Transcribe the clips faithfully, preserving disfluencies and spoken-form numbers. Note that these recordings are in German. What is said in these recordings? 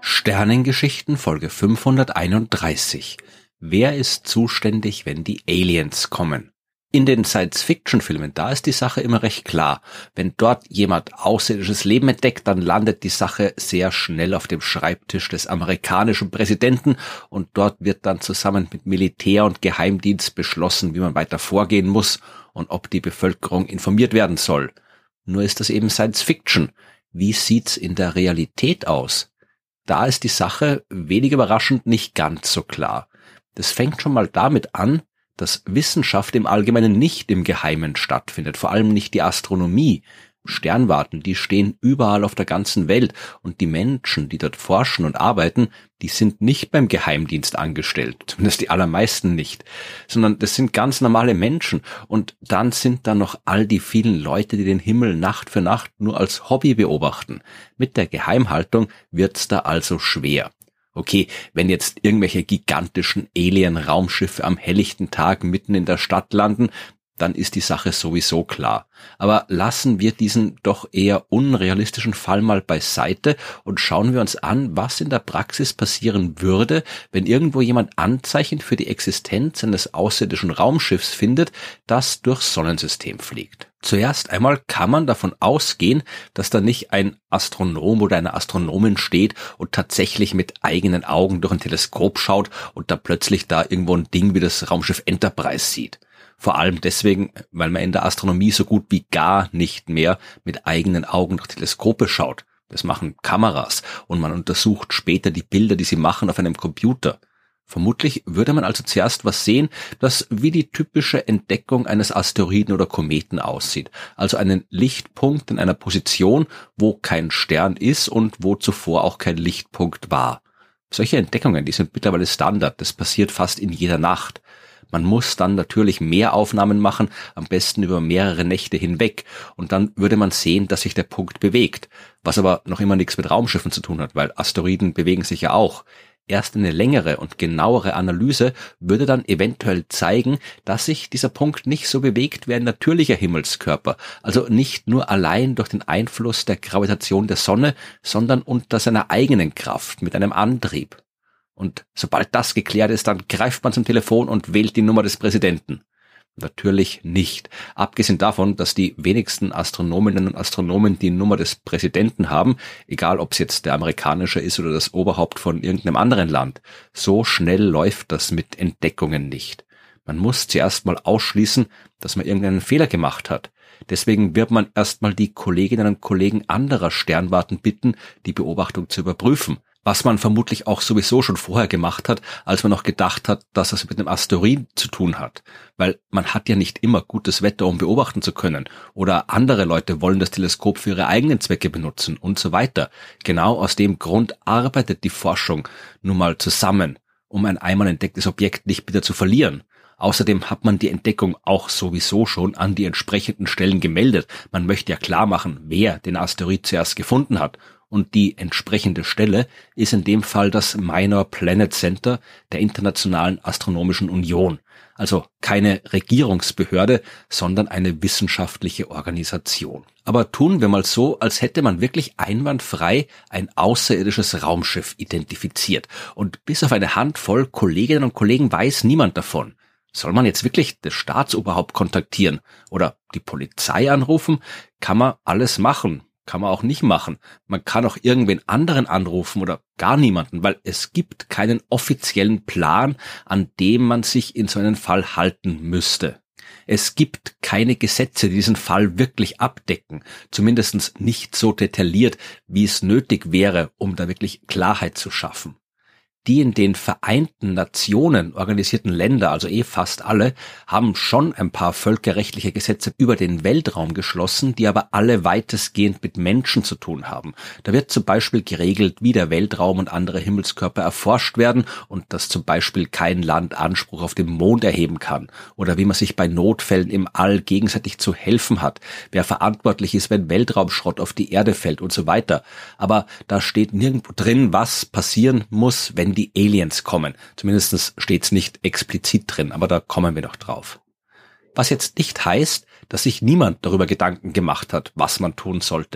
Sternengeschichten Folge fünfhunderteinunddreißig. Wer ist zuständig, wenn die Aliens kommen? In den Science-Fiction-Filmen, da ist die Sache immer recht klar. Wenn dort jemand außerirdisches Leben entdeckt, dann landet die Sache sehr schnell auf dem Schreibtisch des amerikanischen Präsidenten und dort wird dann zusammen mit Militär und Geheimdienst beschlossen, wie man weiter vorgehen muss und ob die Bevölkerung informiert werden soll. Nur ist das eben Science-Fiction. Wie sieht's in der Realität aus? Da ist die Sache, wenig überraschend, nicht ganz so klar. Das fängt schon mal damit an, dass Wissenschaft im Allgemeinen nicht im Geheimen stattfindet, vor allem nicht die Astronomie. Sternwarten, die stehen überall auf der ganzen Welt und die Menschen, die dort forschen und arbeiten, die sind nicht beim Geheimdienst angestellt, zumindest die allermeisten nicht, sondern das sind ganz normale Menschen und dann sind da noch all die vielen Leute, die den Himmel Nacht für Nacht nur als Hobby beobachten. Mit der Geheimhaltung wird's da also schwer. Okay, wenn jetzt irgendwelche gigantischen Alien-Raumschiffe am helllichten Tag mitten in der Stadt landen, dann ist die Sache sowieso klar. Aber lassen wir diesen doch eher unrealistischen Fall mal beiseite und schauen wir uns an, was in der Praxis passieren würde, wenn irgendwo jemand Anzeichen für die Existenz eines außerirdischen Raumschiffs findet, das durchs Sonnensystem fliegt. Zuerst einmal kann man davon ausgehen, dass da nicht ein Astronom oder eine Astronomin steht und tatsächlich mit eigenen Augen durch ein Teleskop schaut und da plötzlich da irgendwo ein Ding wie das Raumschiff Enterprise sieht. Vor allem deswegen, weil man in der Astronomie so gut wie gar nicht mehr mit eigenen Augen durch Teleskope schaut. Das machen Kameras und man untersucht später die Bilder, die sie machen, auf einem Computer. Vermutlich würde man also zuerst was sehen, das wie die typische Entdeckung eines Asteroiden oder Kometen aussieht. Also einen Lichtpunkt in einer Position, wo kein Stern ist und wo zuvor auch kein Lichtpunkt war. Solche Entdeckungen, die sind mittlerweile Standard. Das passiert fast in jeder Nacht. Man muss dann natürlich mehr Aufnahmen machen, am besten über mehrere Nächte hinweg. Und dann würde man sehen, dass sich der Punkt bewegt. Was aber noch immer nichts mit Raumschiffen zu tun hat, weil Asteroiden bewegen sich ja auch. Erst eine längere und genauere Analyse würde dann eventuell zeigen, dass sich dieser Punkt nicht so bewegt wie ein natürlicher Himmelskörper. Also nicht nur allein durch den Einfluss der Gravitation der Sonne, sondern unter seiner eigenen Kraft mit einem Antrieb. Und sobald das geklärt ist, dann greift man zum Telefon und wählt die Nummer des Präsidenten. Natürlich nicht. Abgesehen davon, dass die wenigsten Astronominnen und Astronomen die Nummer des Präsidenten haben, egal ob es jetzt der amerikanische ist oder das Oberhaupt von irgendeinem anderen Land. So schnell läuft das mit Entdeckungen nicht. Man muss zuerst mal ausschließen, dass man irgendeinen Fehler gemacht hat. Deswegen wird man erstmal die Kolleginnen und Kollegen anderer Sternwarten bitten, die Beobachtung zu überprüfen. Was man vermutlich auch sowieso schon vorher gemacht hat, als man noch gedacht hat, dass es mit einem Asteroid zu tun hat. Weil man hat ja nicht immer gutes Wetter, um beobachten zu können. Oder andere Leute wollen das Teleskop für ihre eigenen Zwecke benutzen und so weiter. Genau aus dem Grund arbeitet die Forschung nun mal zusammen, um ein einmal entdecktes Objekt nicht wieder zu verlieren. Außerdem hat man die Entdeckung auch sowieso schon an die entsprechenden Stellen gemeldet. Man möchte ja klar machen, wer den Asteroid zuerst gefunden hat. Und die entsprechende Stelle ist in dem Fall das Minor Planet Center der Internationalen Astronomischen Union. Also keine Regierungsbehörde, sondern eine wissenschaftliche Organisation. Aber tun wir mal so, als hätte man wirklich einwandfrei ein außerirdisches Raumschiff identifiziert. Und bis auf eine Handvoll Kolleginnen und Kollegen weiß niemand davon. Soll man jetzt wirklich das Staatsoberhaupt kontaktieren oder die Polizei anrufen? Kann man alles machen. Kann man auch nicht machen. Man kann auch irgendwen anderen anrufen oder gar niemanden, weil es gibt keinen offiziellen Plan, an dem man sich in so einen Fall halten müsste. Es gibt keine Gesetze, die diesen Fall wirklich abdecken, zumindest nicht so detailliert, wie es nötig wäre, um da wirklich Klarheit zu schaffen. Die in den Vereinten Nationen organisierten Länder, also eh fast alle, haben schon ein paar völkerrechtliche Gesetze über den Weltraum geschlossen, die aber alle weitestgehend mit Menschen zu tun haben. Da wird zum Beispiel geregelt, wie der Weltraum und andere Himmelskörper erforscht werden und dass zum Beispiel kein Land Anspruch auf den Mond erheben kann oder wie man sich bei Notfällen im All gegenseitig zu helfen hat, wer verantwortlich ist, wenn Weltraumschrott auf die Erde fällt und so weiter. Aber da steht nirgendwo drin, was passieren muss, wenn die Aliens kommen. Zumindest steht es nicht explizit drin, aber da kommen wir noch drauf. Was jetzt nicht heißt, dass sich niemand darüber Gedanken gemacht hat, was man tun sollte.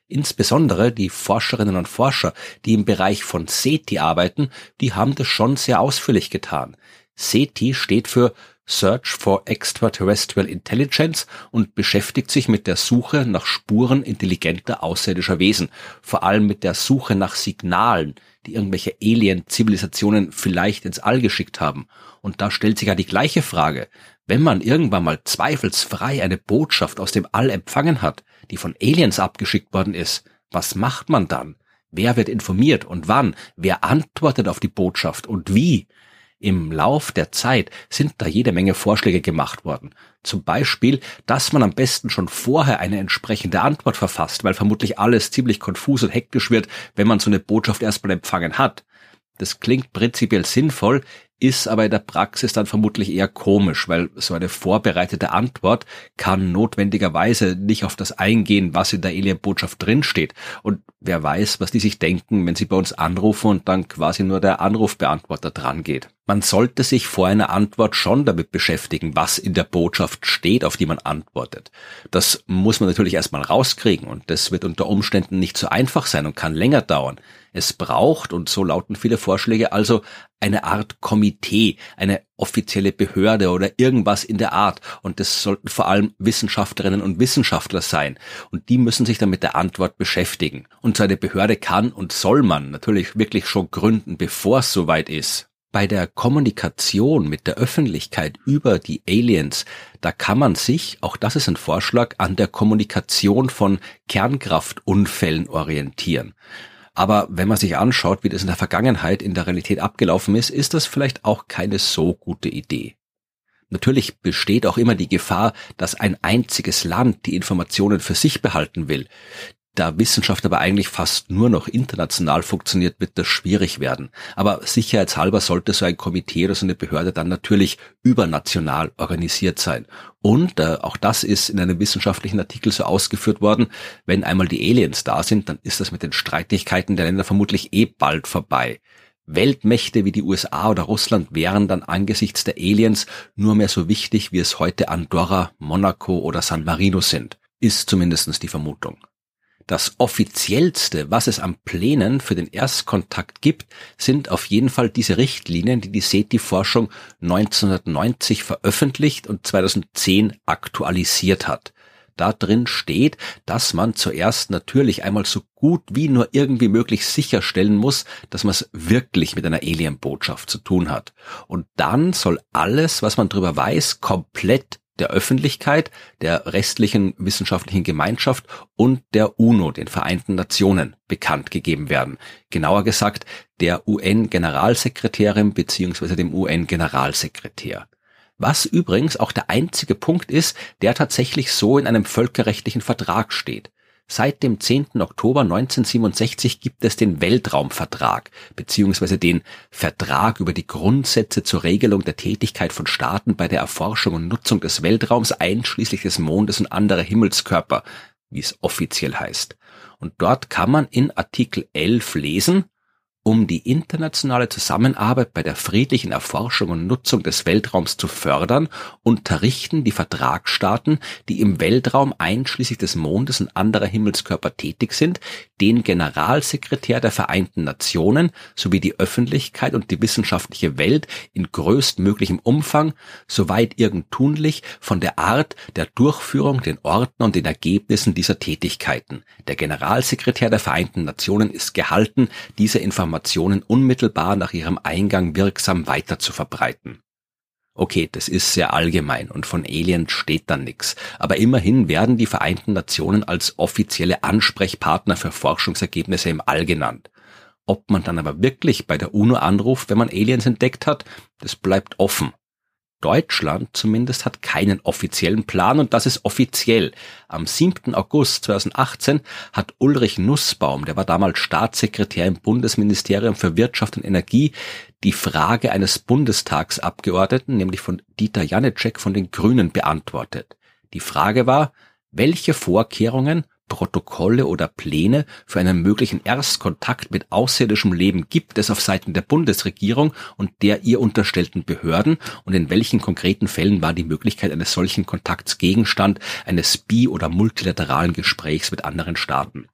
Insbesondere die Forscherinnen und Forscher, die im Bereich von SETI arbeiten, die haben das schon sehr ausführlich getan. SETI steht für Search for Extraterrestrial Intelligence und beschäftigt sich mit der Suche nach Spuren intelligenter außerirdischer Wesen, vor allem mit der Suche nach Signalen, die irgendwelche Alien-Zivilisationen vielleicht ins All geschickt haben. Und da stellt sich ja die gleiche Frage: Wenn man irgendwann mal zweifelsfrei eine Botschaft aus dem All empfangen hat, die von Aliens abgeschickt worden ist, was macht man dann? Wer wird informiert und wann? Wer antwortet auf die Botschaft und wie? Im Lauf der Zeit sind da jede Menge Vorschläge gemacht worden. Zum Beispiel, dass man am besten schon vorher eine entsprechende Antwort verfasst, weil vermutlich alles ziemlich konfus und hektisch wird, wenn man so eine Botschaft erstmal empfangen hat. Das klingt prinzipiell sinnvoll, ist aber in der Praxis dann vermutlich eher komisch, weil so eine vorbereitete Antwort kann notwendigerweise nicht auf das eingehen, was in der Alien-Botschaft drinsteht. Und wer weiß, was die sich denken, wenn sie bei uns anrufen und dann quasi nur der Anrufbeantworter dran geht. Man sollte sich vor einer Antwort schon damit beschäftigen, was in der Botschaft steht, auf die man antwortet. Das muss man natürlich erstmal rauskriegen und das wird unter Umständen nicht so einfach sein und kann länger dauern. Es braucht, und so lauten viele Vorschläge, also eine Art Komitee, eine offizielle Behörde oder irgendwas in der Art. Und das sollten vor allem Wissenschaftlerinnen und Wissenschaftler sein. Und die müssen sich dann mit der Antwort beschäftigen. Und so eine Behörde kann und soll man natürlich wirklich schon gründen, bevor es soweit ist. Bei der Kommunikation mit der Öffentlichkeit über die Aliens, da kann man sich, auch das ist ein Vorschlag, an der Kommunikation von Kernkraftunfällen orientieren. Aber wenn man sich anschaut, wie das in der Vergangenheit in der Realität abgelaufen ist, ist das vielleicht auch keine so gute Idee. Natürlich besteht auch immer die Gefahr, dass ein einziges Land die Informationen für sich behalten will. Da Wissenschaft aber eigentlich fast nur noch international funktioniert, wird das schwierig werden. Aber sicherheitshalber sollte so ein Komitee oder so eine Behörde dann natürlich übernational organisiert sein. Und äh, auch das ist in einem wissenschaftlichen Artikel so ausgeführt worden: Wenn einmal die Aliens da sind, dann ist das mit den Streitigkeiten der Länder vermutlich eh bald vorbei. Weltmächte wie die U S A oder Russland wären dann angesichts der Aliens nur mehr so wichtig, wie es heute Andorra, Monaco oder San Marino sind. Ist zumindest die Vermutung. Das Offiziellste, was es an Plänen für den Erstkontakt gibt, sind auf jeden Fall diese Richtlinien, die die SETI-Forschung neunzehnhundertneunzig veröffentlicht und zweitausendzehn aktualisiert hat. Da drin steht, dass man zuerst natürlich einmal so gut wie nur irgendwie möglich sicherstellen muss, dass man es wirklich mit einer Alien-Botschaft zu tun hat. Und dann soll alles, was man darüber weiß, komplett der Öffentlichkeit, der restlichen wissenschaftlichen Gemeinschaft und der UNO, den Vereinten Nationen, bekannt gegeben werden. Genauer gesagt, der U N-Generalsekretärin bzw. dem U N-Generalsekretär. Was übrigens auch der einzige Punkt ist, der tatsächlich so in einem völkerrechtlichen Vertrag steht. Seit dem zehnten Oktober neunzehnhundertsiebenundsechzig gibt es den Weltraumvertrag bzw. den Vertrag über die Grundsätze zur Regelung der Tätigkeit von Staaten bei der Erforschung und Nutzung des Weltraums einschließlich des Mondes und anderer Himmelskörper, wie es offiziell heißt. Und dort kann man in Artikel elf lesen: Um die internationale Zusammenarbeit bei der friedlichen Erforschung und Nutzung des Weltraums zu fördern, unterrichten die Vertragsstaaten, die im Weltraum einschließlich des Mondes und anderer Himmelskörper tätig sind, den Generalsekretär der Vereinten Nationen sowie die Öffentlichkeit und die wissenschaftliche Welt in größtmöglichem Umfang, soweit irgend tunlich, von der Art, der Durchführung, den Orten und den Ergebnissen dieser Tätigkeiten. Der Generalsekretär der Vereinten Nationen ist gehalten, diese Informationen unmittelbar nach ihrem Eingang wirksam weiter zu verbreiten. Okay, das ist sehr allgemein und von Aliens steht dann nichts. Aber immerhin werden die Vereinten Nationen als offizielle Ansprechpartner für Forschungsergebnisse im All genannt. Ob man dann aber wirklich bei der UNO anruft, wenn man Aliens entdeckt hat, das bleibt offen. Deutschland zumindest hat keinen offiziellen Plan und das ist offiziell. Am siebten August zweitausendachtzehn hat Ulrich Nussbaum, der war damals Staatssekretär im Bundesministerium für Wirtschaft und Energie, die Frage eines Bundestagsabgeordneten, nämlich von Dieter Janicek von den Grünen, beantwortet. Die Frage war: Welche Vorkehrungen, Protokolle oder Pläne für einen möglichen Erstkontakt mit außerirdischem Leben gibt es auf Seiten der Bundesregierung und der ihr unterstellten Behörden und in welchen konkreten Fällen war die Möglichkeit eines solchen Kontakts Gegenstand eines bi- oder multilateralen Gesprächs mit anderen Staaten?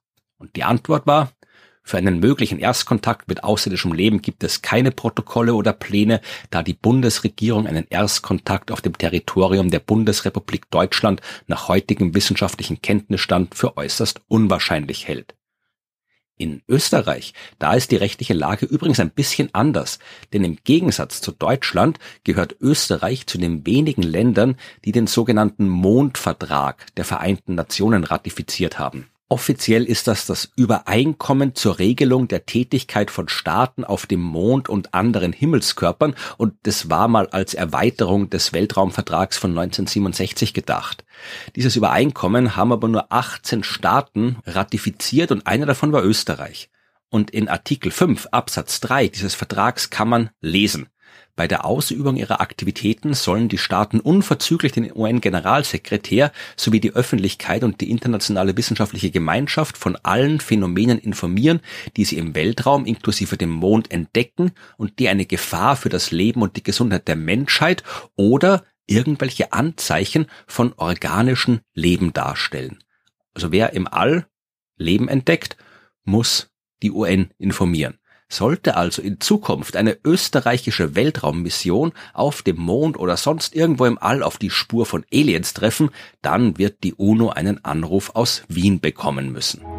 Und die Antwort war: Für einen möglichen Erstkontakt mit außerirdischem Leben gibt es keine Protokolle oder Pläne, da die Bundesregierung einen Erstkontakt auf dem Territorium der Bundesrepublik Deutschland nach heutigem wissenschaftlichen Kenntnisstand für äußerst unwahrscheinlich hält. In Österreich, da ist die rechtliche Lage übrigens ein bisschen anders, denn im Gegensatz zu Deutschland gehört Österreich zu den wenigen Ländern, die den sogenannten Mondvertrag der Vereinten Nationen ratifiziert haben. Offiziell ist das das Übereinkommen zur Regelung der Tätigkeit von Staaten auf dem Mond und anderen Himmelskörpern, und das war mal als Erweiterung des Weltraumvertrags von neunzehnhundertsiebenundsechzig gedacht. Dieses Übereinkommen haben aber nur achtzehn Staaten ratifiziert und einer davon war Österreich. Und in Artikel fünf Absatz drei dieses Vertrags kann man lesen: Bei der Ausübung ihrer Aktivitäten sollen die Staaten unverzüglich den U N-Generalsekretär sowie die Öffentlichkeit und die internationale wissenschaftliche Gemeinschaft von allen Phänomenen informieren, die sie im Weltraum inklusive dem Mond entdecken und die eine Gefahr für das Leben und die Gesundheit der Menschheit oder irgendwelche Anzeichen von organischem Leben darstellen. Also wer im All Leben entdeckt, muss die U N informieren. Sollte also in Zukunft eine österreichische Weltraummission auf dem Mond oder sonst irgendwo im All auf die Spur von Aliens treffen, dann wird die UNO einen Anruf aus Wien bekommen müssen.